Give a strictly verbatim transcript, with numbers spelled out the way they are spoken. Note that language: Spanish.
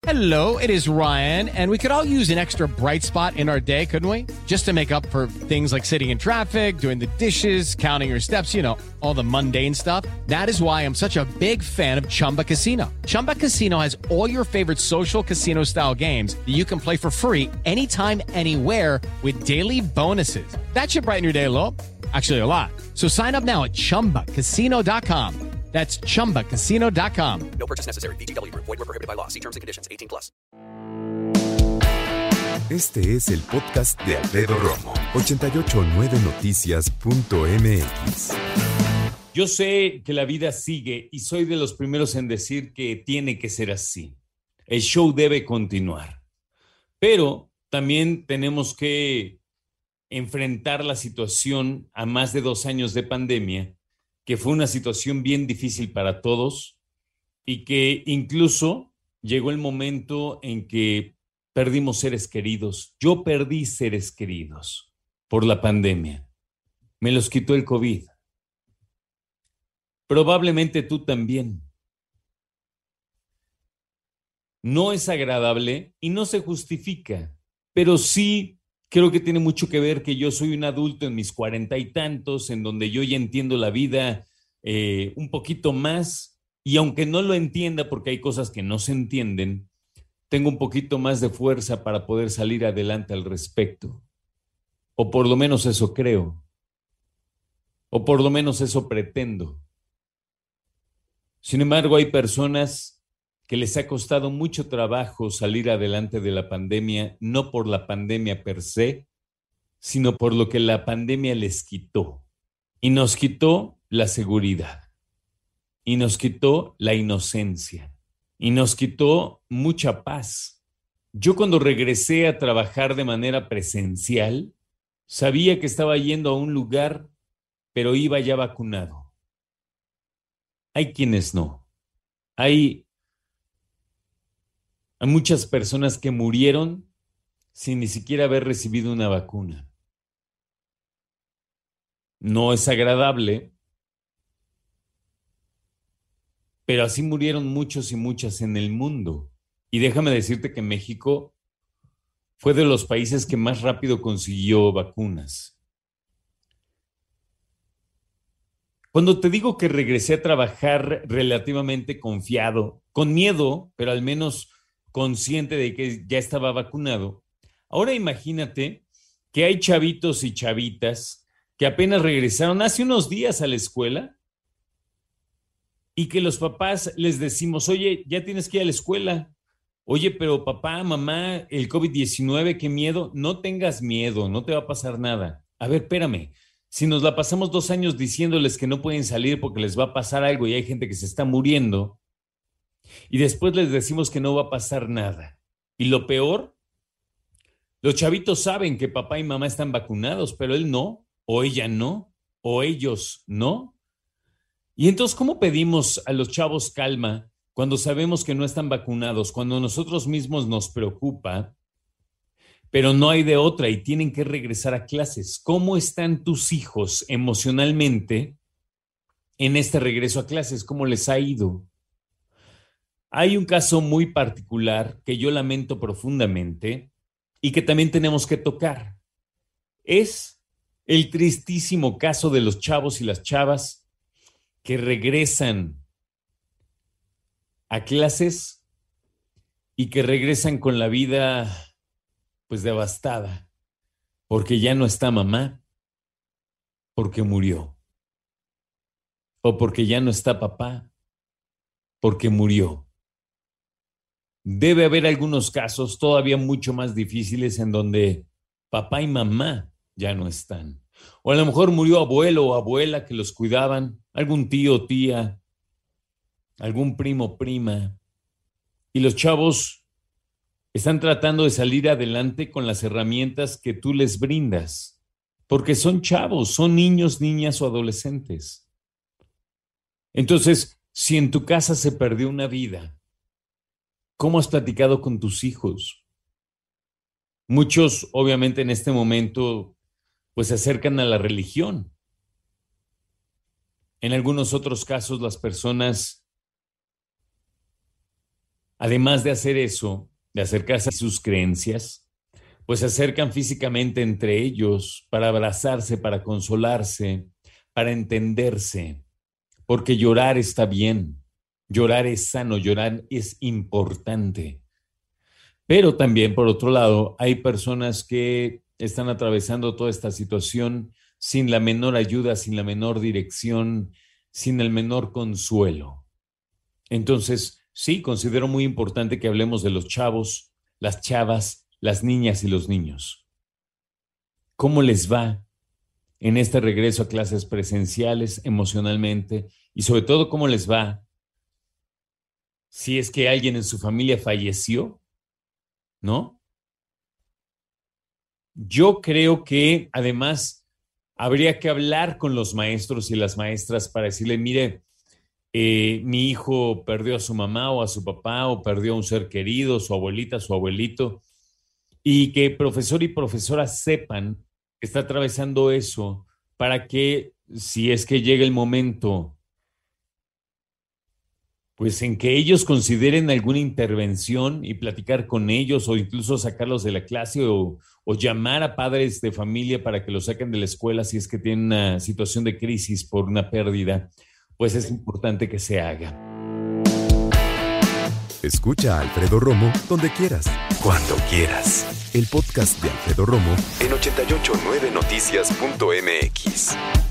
Hello, it is Ryan, and we could all use an extra bright spot in our day, couldn't we? Just to make up for things like sitting in traffic, doing the dishes, counting your steps, you know, all the mundane stuff. That is why I'm such a big fan of Chumba Casino. Chumba Casino has all your favorite social casino-style games that you can play for free anytime, anywhere with daily bonuses. That should brighten your day a little. Actually, a lot. So sign up now at chumba casino dot com. That's chumba casino dot com. No purchase necessary. V G W Group. Void where prohibited by law. See terms and conditions. eighteen plus. Este es el podcast de Alfredo Romo. ochenta y ocho nueve noticias punto m x. Yo sé que la vida sigue y soy de los primeros en decir que tiene que ser así. El show debe continuar. Pero también tenemos que enfrentar la situación a más de dos años de pandemia, que fue una situación bien difícil para todos y que incluso llegó el momento en que perdimos seres queridos. Yo perdí seres queridos por la pandemia. Me los quitó el COVID. Probablemente tú también. No es agradable y no se justifica, pero sí creo que tiene mucho que ver que yo soy un adulto en mis cuarenta y tantos, en donde yo ya entiendo la vida eh, un poquito más, y aunque no lo entienda porque hay cosas que no se entienden, tengo un poquito más de fuerza para poder salir adelante al respecto. O por lo menos eso creo. O por lo menos eso pretendo. Sin embargo, hay personas que les ha costado mucho trabajo salir adelante de la pandemia, no por la pandemia per se, sino por lo que la pandemia les quitó. Y nos quitó la seguridad. Y nos quitó la inocencia. Y nos quitó mucha paz. Yo cuando regresé a trabajar de manera presencial, sabía que estaba yendo a un lugar, pero iba ya vacunado. Hay quienes no. Hay Hay muchas personas que murieron sin ni siquiera haber recibido una vacuna. No es agradable, pero así murieron muchos y muchas en el mundo. Y déjame decirte que México fue de los países que más rápido consiguió vacunas. Cuando te digo que regresé a trabajar relativamente confiado, con miedo, pero al menos consciente de que ya estaba vacunado. Ahora imagínate que hay chavitos y chavitas que apenas regresaron hace unos días a la escuela y que los papás les decimos, oye, ya tienes que ir a la escuela. Oye, pero papá, mamá, el COVID diecinueve, qué miedo. No tengas miedo, no te va a pasar nada. A ver, espérame. Si nos la pasamos dos años diciéndoles que no pueden salir porque les va a pasar algo y hay gente que se está muriendo, y después les decimos que no va a pasar nada. Y lo peor, los chavitos saben que papá y mamá están vacunados, pero él no, o ella no, o ellos no. Y entonces, ¿cómo pedimos a los chavos calma cuando sabemos que no están vacunados, cuando a nosotros mismos nos preocupa, pero no hay de otra y tienen que regresar a clases? ¿Cómo están tus hijos emocionalmente en este regreso a clases? ¿Cómo les ha ido? Hay un caso muy particular que yo lamento profundamente y que también tenemos que tocar. Es el tristísimo caso de los chavos y las chavas que regresan a clases y que regresan con la vida pues devastada, porque ya no está mamá, porque murió, o porque ya no está papá, porque murió. Debe haber algunos casos todavía mucho más difíciles en donde papá y mamá ya no están. O a lo mejor murió abuelo o abuela que los cuidaban, algún tío o tía, algún primo o prima. Y los chavos están tratando de salir adelante con las herramientas que tú les brindas, porque son chavos, son niños, niñas o adolescentes. Entonces, si en tu casa se perdió una vida, ¿cómo has platicado con tus hijos? Muchos, obviamente, en este momento, pues se acercan a la religión. En algunos otros casos, las personas además de hacer eso, de acercarse a sus creencias, pues se acercan físicamente entre ellos para abrazarse, para consolarse, para entenderse, porque llorar está bien, llorar es sano, llorar es importante. Pero también, por otro lado, hay personas que están atravesando toda esta situación sin la menor ayuda, sin la menor dirección, sin el menor consuelo. Entonces, sí, considero muy importante que hablemos de los chavos, las chavas, las niñas y los niños. ¿Cómo les va en este regreso a clases presenciales emocionalmente? Y sobre todo, ¿cómo les va si es que alguien en su familia falleció? ¿No? Yo creo que además habría que hablar con los maestros y las maestras para decirle, mire, eh, mi hijo perdió a su mamá o a su papá o perdió a un ser querido, su abuelita, su abuelito, y que profesor y profesora sepan que está atravesando eso para que, si es que llega el momento, pues en que ellos consideren alguna intervención y platicar con ellos o incluso sacarlos de la clase o, o llamar a padres de familia para que los saquen de la escuela si es que tienen una situación de crisis por una pérdida, pues es importante que se haga. Escucha a Alfredo Romo donde quieras, cuando quieras. El podcast de Alfredo Romo en ochenta y ocho punto nueve noticias punto m x.